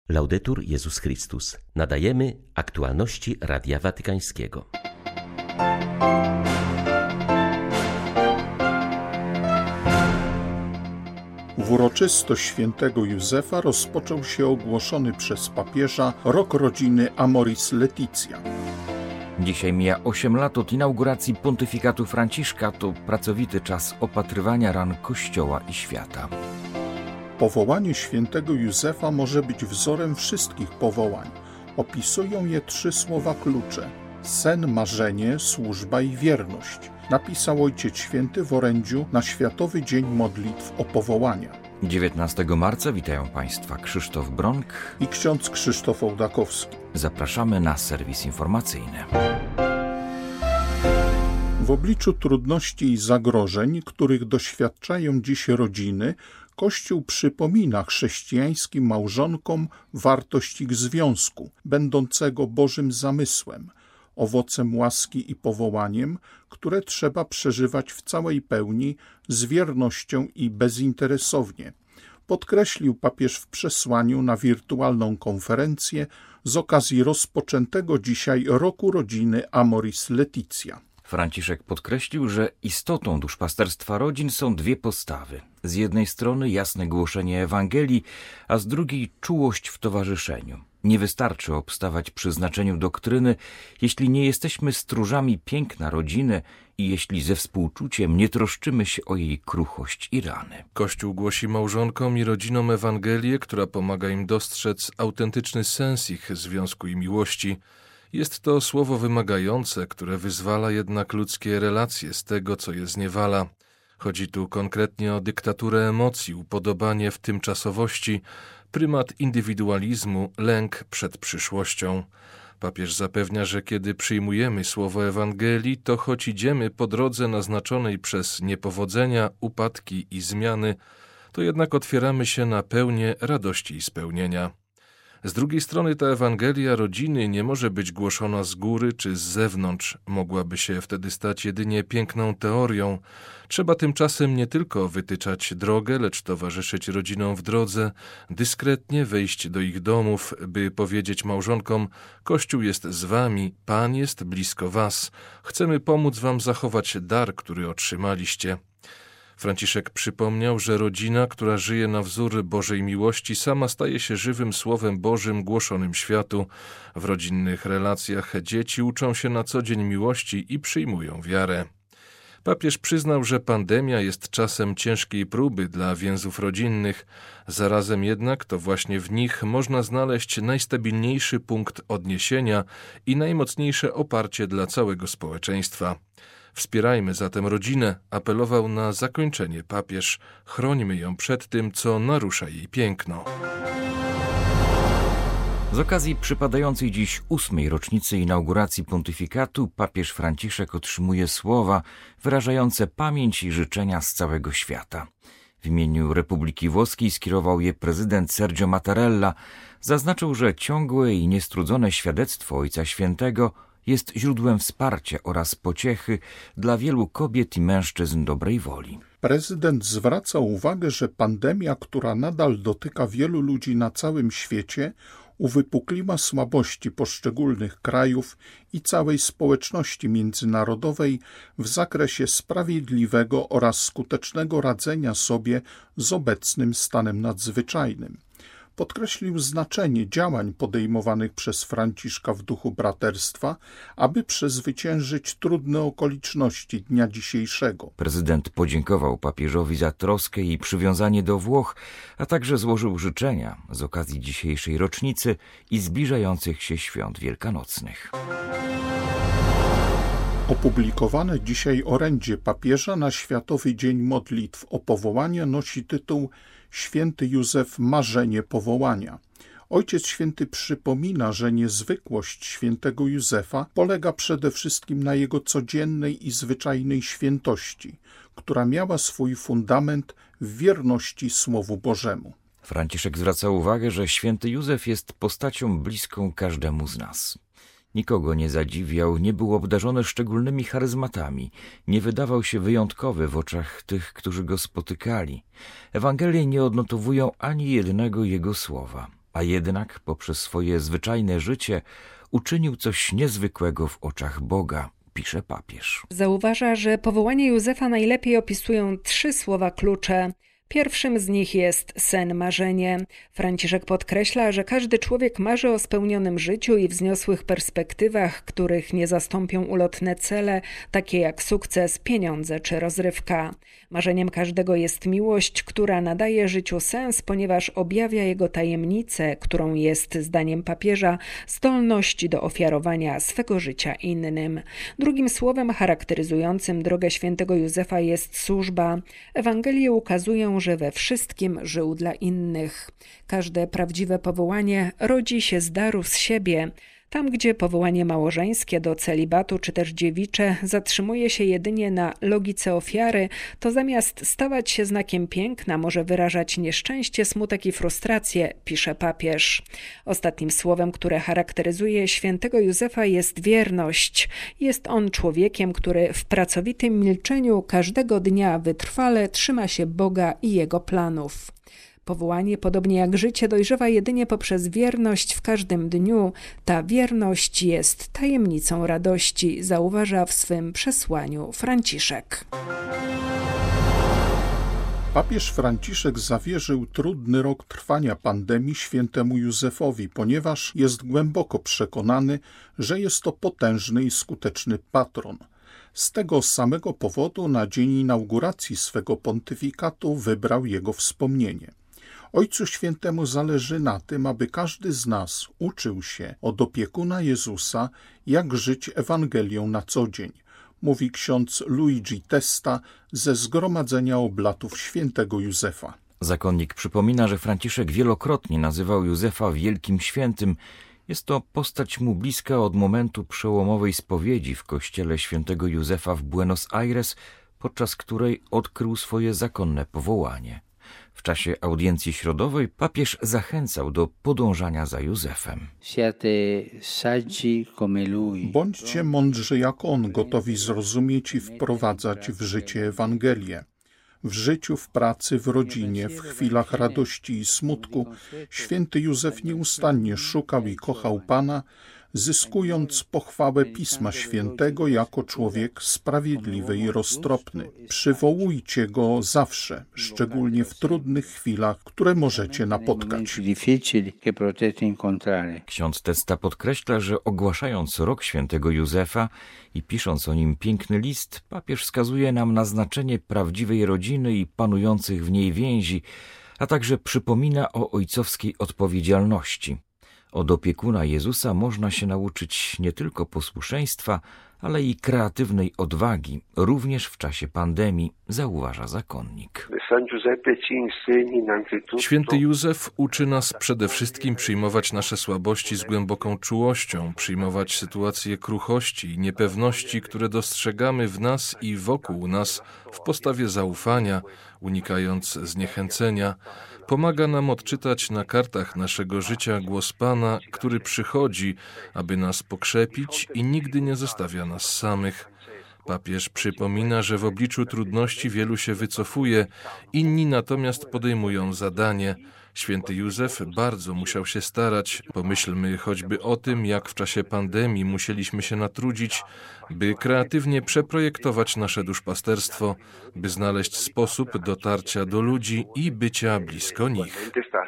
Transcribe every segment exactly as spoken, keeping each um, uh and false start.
Laudetur Jezus Chrystus. Nadajemy aktualności Radia Watykańskiego. W uroczystość świętego Józefa rozpoczął się ogłoszony przez papieża rok rodziny Amoris Laetitia. Dzisiaj mija osiem lat od inauguracji pontyfikatu Franciszka. To pracowity czas opatrywania ran Kościoła i świata. Powołanie świętego Józefa może być wzorem wszystkich powołań. Opisują je trzy słowa klucze: sen, marzenie, służba i wierność. Napisał Ojciec Święty w orędziu na Światowy Dzień Modlitw o Powołania. dziewiętnastego marca witają Państwa Krzysztof Bronk i ksiądz Krzysztof Ołdakowski. Zapraszamy na serwis informacyjny. W obliczu trudności i zagrożeń, których doświadczają dziś rodziny, Kościół przypomina chrześcijańskim małżonkom wartość ich związku, będącego Bożym zamysłem, owocem łaski i powołaniem, które trzeba przeżywać w całej pełni, z wiernością i bezinteresownie, podkreślił papież w przesłaniu na wirtualną konferencję z okazji rozpoczętego dzisiaj roku rodziny Amoris Laetitia. Franciszek podkreślił, że istotą duszpasterstwa rodzin są dwie postawy. Z jednej strony jasne głoszenie Ewangelii, a z drugiej czułość w towarzyszeniu. Nie wystarczy obstawać przy znaczeniu doktryny, jeśli nie jesteśmy stróżami piękna rodziny i jeśli ze współczuciem nie troszczymy się o jej kruchość i rany. Kościół głosi małżonkom i rodzinom Ewangelię, która pomaga im dostrzec autentyczny sens ich związku i miłości. Jest to słowo wymagające, które wyzwala jednak ludzkie relacje z tego, co je zniewala. Chodzi tu konkretnie o dyktaturę emocji, upodobanie w tymczasowości, prymat indywidualizmu, lęk przed przyszłością. Papież zapewnia, że kiedy przyjmujemy słowo Ewangelii, to choć idziemy po drodze naznaczonej przez niepowodzenia, upadki i zmiany, to jednak otwieramy się na pełnię radości i spełnienia. Z drugiej strony ta Ewangelia rodziny nie może być głoszona z góry czy z zewnątrz. Mogłaby się wtedy stać jedynie piękną teorią. Trzeba tymczasem nie tylko wytyczać drogę, lecz towarzyszyć rodzinom w drodze, dyskretnie wejść do ich domów, by powiedzieć małżonkom: Kościół jest z wami, Pan jest blisko was. Chcemy pomóc wam zachować dar, który otrzymaliście. Franciszek przypomniał, że rodzina, która żyje na wzór Bożej miłości, sama staje się żywym Słowem Bożym głoszonym światu. W rodzinnych relacjach dzieci uczą się na co dzień miłości i przyjmują wiarę. Papież przyznał, że pandemia jest czasem ciężkiej próby dla więzów rodzinnych, zarazem jednak to właśnie w nich można znaleźć najstabilniejszy punkt odniesienia i najmocniejsze oparcie dla całego społeczeństwa. Wspierajmy zatem rodzinę, apelował na zakończenie papież. Chrońmy ją przed tym, co narusza jej piękno. Z okazji przypadającej dziś ósmej rocznicy inauguracji pontyfikatu papież Franciszek otrzymuje słowa wyrażające pamięć i życzenia z całego świata. W imieniu Republiki Włoskiej skierował je prezydent Sergio Mattarella. Zaznaczył, że ciągłe i niestrudzone świadectwo Ojca Świętego jest źródłem wsparcia oraz pociechy dla wielu kobiet i mężczyzn dobrej woli. Prezydent zwraca uwagę, że pandemia, która nadal dotyka wielu ludzi na całym świecie, uwypukliła słabości poszczególnych krajów i całej społeczności międzynarodowej w zakresie sprawiedliwego oraz skutecznego radzenia sobie z obecnym stanem nadzwyczajnym. Podkreślił znaczenie działań podejmowanych przez Franciszka w duchu braterstwa, aby przezwyciężyć trudne okoliczności dnia dzisiejszego. Prezydent podziękował papieżowi za troskę i przywiązanie do Włoch, a także złożył życzenia z okazji dzisiejszej rocznicy i zbliżających się świąt wielkanocnych. Opublikowane dzisiaj orędzie papieża na Światowy Dzień Modlitw o Powołania nosi tytuł Święty Józef – Marzenie Powołania. Ojciec Święty przypomina, że niezwykłość świętego Józefa polega przede wszystkim na jego codziennej i zwyczajnej świętości, która miała swój fundament w wierności Słowu Bożemu. Franciszek zwraca uwagę, że święty Józef jest postacią bliską każdemu z nas. Nikogo nie zadziwiał, nie był obdarzony szczególnymi charyzmatami, nie wydawał się wyjątkowy w oczach tych, którzy go spotykali. Ewangelie nie odnotowują ani jednego jego słowa. a jednak poprzez swoje zwyczajne życie uczynił coś niezwykłego w oczach Boga, pisze papież. Zauważa, że powołanie Józefa najlepiej opisują trzy słowa klucze. Pierwszym z nich jest sen, marzenie. Franciszek podkreśla, że każdy człowiek marzy o spełnionym życiu i wzniosłych perspektywach, których nie zastąpią ulotne cele, takie jak sukces, pieniądze czy rozrywka. Marzeniem każdego jest miłość, która nadaje życiu sens, ponieważ objawia jego tajemnicę, którą jest, zdaniem papieża, zdolność do ofiarowania swego życia innym. Drugim słowem charakteryzującym drogę świętego Józefa jest służba. Ewangelie ukazują, że we wszystkim żył dla innych. Każde prawdziwe powołanie rodzi się z daru z siebie. Tam, gdzie powołanie małżeńskie do celibatu czy też dziewicze zatrzymuje się jedynie na logice ofiary, to zamiast stawać się znakiem piękna może wyrażać nieszczęście, smutek i frustrację, pisze papież. Ostatnim słowem, które charakteryzuje świętego Józefa, jest wierność. Jest on człowiekiem, który w pracowitym milczeniu każdego dnia wytrwale trzyma się Boga i Jego planów. Powołanie, podobnie jak życie, dojrzewa jedynie poprzez wierność w każdym dniu. Ta wierność jest tajemnicą radości, zauważa w swym przesłaniu Franciszek. Papież Franciszek zawierzył trudny rok trwania pandemii świętemu Józefowi, ponieważ jest głęboko przekonany, że jest to potężny i skuteczny patron. Z tego samego powodu na dzień inauguracji swego pontyfikatu wybrał jego wspomnienie. Ojcu Świętemu zależy na tym, aby każdy z nas uczył się od opiekuna Jezusa, jak żyć Ewangelią na co dzień, mówi ksiądz Luigi Testa ze Zgromadzenia Oblatów świętego Józefa. Zakonnik przypomina, że Franciszek wielokrotnie nazywał Józefa wielkim świętym. Jest to postać mu bliska od momentu przełomowej spowiedzi w kościele świętego Józefa w Buenos Aires, podczas której odkrył swoje zakonne powołanie. W czasie audiencji środowej papież zachęcał do podążania za Józefem. Bądźcie mądrzy jak on, gotowi zrozumieć i wprowadzać w życie Ewangelię. W życiu, w pracy, w rodzinie, w chwilach radości i smutku święty Józef nieustannie szukał i kochał Pana, zyskując pochwałę Pisma Świętego jako człowiek sprawiedliwy i roztropny. Przywołujcie go zawsze, szczególnie w trudnych chwilach, które możecie napotkać. Ksiądz Testa podkreśla, że ogłaszając rok świętego Józefa i pisząc o nim piękny list, papież wskazuje nam na znaczenie prawdziwej rodziny i panujących w niej więzi, a także przypomina o ojcowskiej odpowiedzialności. Od opiekuna Jezusa można się nauczyć nie tylko posłuszeństwa, ale i kreatywnej odwagi, również w czasie pandemii, zauważa zakonnik. Święty Józef uczy nas przede wszystkim przyjmować nasze słabości z głęboką czułością, przyjmować sytuacje kruchości i niepewności, które dostrzegamy w nas i wokół nas, w postawie zaufania, unikając zniechęcenia. Pomaga nam odczytać na kartach naszego życia głos Pana, który przychodzi, aby nas pokrzepić i nigdy nie zostawia nas samych. Papież przypomina, że w obliczu trudności wielu się wycofuje, inni natomiast podejmują zadanie. Święty Józef bardzo musiał się starać. Pomyślmy choćby o tym, jak w czasie pandemii musieliśmy się natrudzić, by kreatywnie przeprojektować nasze duszpasterstwo, by znaleźć sposób dotarcia do ludzi i bycia blisko nich.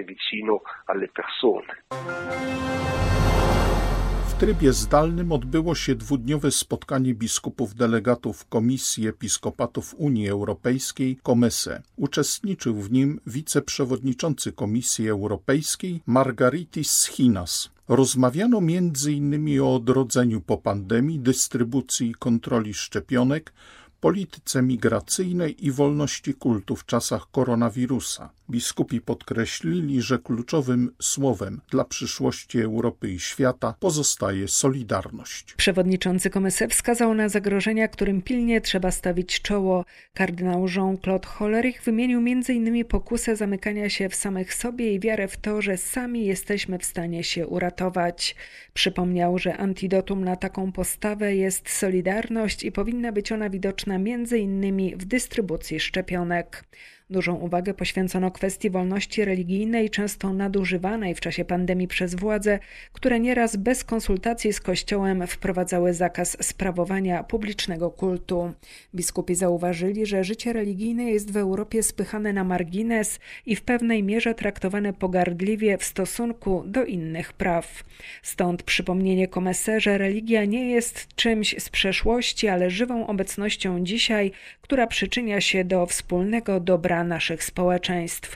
W trybie zdalnym odbyło się dwudniowe spotkanie biskupów delegatów Komisji Episkopatów Unii Europejskiej COMESE. Uczestniczył w nim wiceprzewodniczący Komisji Europejskiej Margaritis Schinas. Rozmawiano między innymi o odrodzeniu po pandemii, dystrybucji i kontroli szczepionek, polityce migracyjnej i wolności kultu w czasach koronawirusa. Biskupi podkreślili, że kluczowym słowem dla przyszłości Europy i świata pozostaje solidarność. Przewodniczący Comese wskazał na zagrożenia, którym pilnie trzeba stawić czoło. Kardynał Jean-Claude Hollerich wymienił między innymi pokusę zamykania się w samych sobie i wiarę w to, że sami jesteśmy w stanie się uratować. Przypomniał, że antidotum na taką postawę jest solidarność i powinna być ona widoczna między innymi w dystrybucji szczepionek. Dużą uwagę poświęcono kwestii wolności religijnej, często nadużywanej w czasie pandemii przez władze, które nieraz bez konsultacji z Kościołem wprowadzały zakaz sprawowania publicznego kultu. Biskupi zauważyli, że życie religijne jest w Europie spychane na margines i w pewnej mierze traktowane pogardliwie w stosunku do innych praw. Stąd przypomnienie Comesse, że religia nie jest czymś z przeszłości, ale żywą obecnością dzisiaj, która przyczynia się do wspólnego dobra naszych społeczeństw.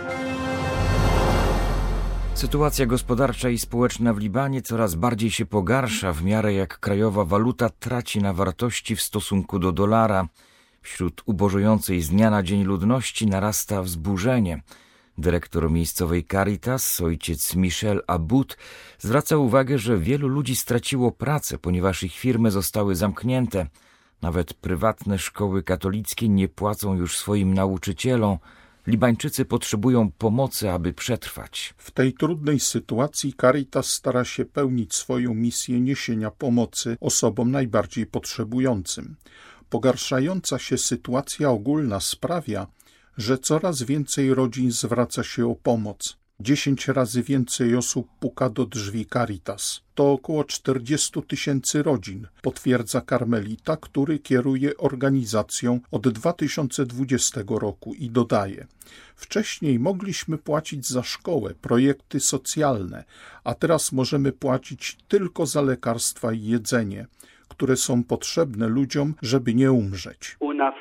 Sytuacja gospodarcza i społeczna w Libanie coraz bardziej się pogarsza w miarę jak krajowa waluta traci na wartości w stosunku do dolara. Wśród ubożejącej z dnia na dzień ludności narasta wzburzenie. Dyrektor miejscowej Caritas, ojciec Michel Aboud, zwraca uwagę, że wielu ludzi straciło pracę, ponieważ ich firmy zostały zamknięte. Nawet prywatne szkoły katolickie nie płacą już swoim nauczycielom. Libańczycy potrzebują pomocy, aby przetrwać. W tej trudnej sytuacji Caritas stara się pełnić swoją misję niesienia pomocy osobom najbardziej potrzebującym. Pogarszająca się sytuacja ogólna sprawia, że coraz więcej rodzin zwraca się o pomoc. Dziesięć razy więcej osób puka do drzwi Caritas. To około czterdzieści tysięcy rodzin, potwierdza karmelita, który kieruje organizacją od dwa tysiące dwudziestego roku i dodaje: wcześniej mogliśmy płacić za szkołę, projekty socjalne, a teraz możemy płacić tylko za lekarstwa i jedzenie, które są potrzebne ludziom, żeby nie umrzeć.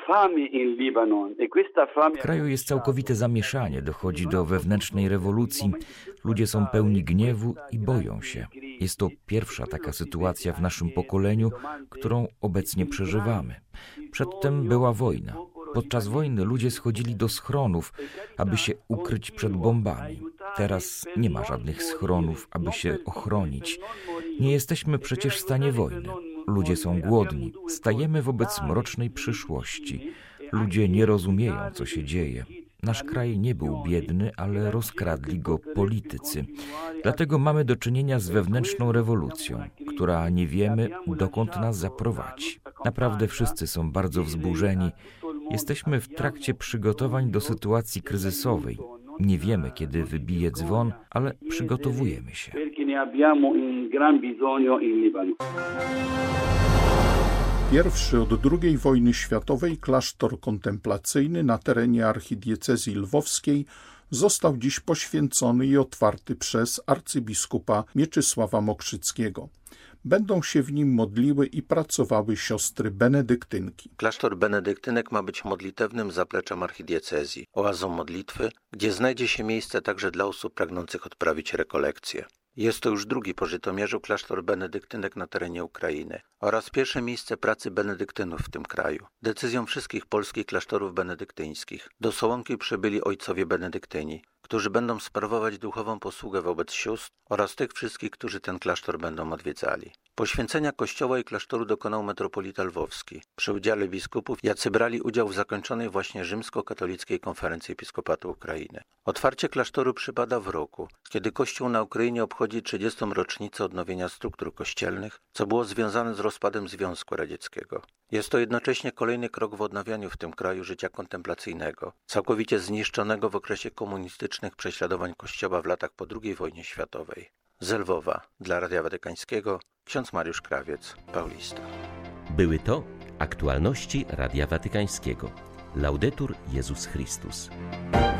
W kraju jest całkowite zamieszanie, dochodzi do wewnętrznej rewolucji. Ludzie są pełni gniewu i boją się. Jest to pierwsza taka sytuacja w naszym pokoleniu, którą obecnie przeżywamy. Przedtem była wojna. Podczas wojny ludzie schodzili do schronów, aby się ukryć przed bombami. Teraz nie ma żadnych schronów, aby się ochronić. Nie jesteśmy przecież w stanie wojny. Ludzie są głodni. Stajemy wobec mrocznej przyszłości. Ludzie nie rozumieją, co się dzieje. Nasz kraj nie był biedny, ale rozkradli go politycy. Dlatego mamy do czynienia z wewnętrzną rewolucją, która nie wiemy, dokąd nas zaprowadzi. Naprawdę wszyscy są bardzo wzburzeni. Jesteśmy w trakcie przygotowań do sytuacji kryzysowej. Nie wiemy, kiedy wybije dzwon, ale przygotowujemy się. Pierwszy od drugiej wojny światowej klasztor kontemplacyjny na terenie archidiecezji lwowskiej został dziś poświęcony i otwarty przez arcybiskupa Mieczysława Mokrzyckiego. Będą się w nim modliły i pracowały siostry benedyktynki. Klasztor benedyktynek ma być modlitewnym zapleczem archidiecezji, oazą modlitwy, gdzie znajdzie się miejsce także dla osób pragnących odprawić rekolekcje. Jest to już drugi po Żytomierzu klasztor benedyktynek na terenie Ukrainy oraz pierwsze miejsce pracy benedyktynów w tym kraju. Decyzją wszystkich polskich klasztorów benedyktyńskich do Sołonki przybyli ojcowie benedyktyni, którzy będą sprawować duchową posługę wobec sióstr oraz tych wszystkich, którzy ten klasztor będą odwiedzali. Poświęcenia kościoła i klasztoru dokonał metropolita lwowski przy udziale biskupów, jacy brali udział w zakończonej właśnie rzymskokatolickiej konferencji episkopatu Ukrainy. Otwarcie klasztoru przypada w roku, kiedy Kościół na Ukrainie obchodzi trzydziestą rocznicę odnowienia struktur kościelnych, co było związane z rozpadem Związku Radzieckiego. Jest to jednocześnie kolejny krok w odnawianiu w tym kraju życia kontemplacyjnego, całkowicie zniszczonego w okresie komunistycznych prześladowań Kościoła w latach po drugiej wojnie światowej. Z Lwowa, dla Radia Watykańskiego, ksiądz Mariusz Krawiec, Paulista. Były to aktualności Radia Watykańskiego. Laudetur Jezus Chrystus.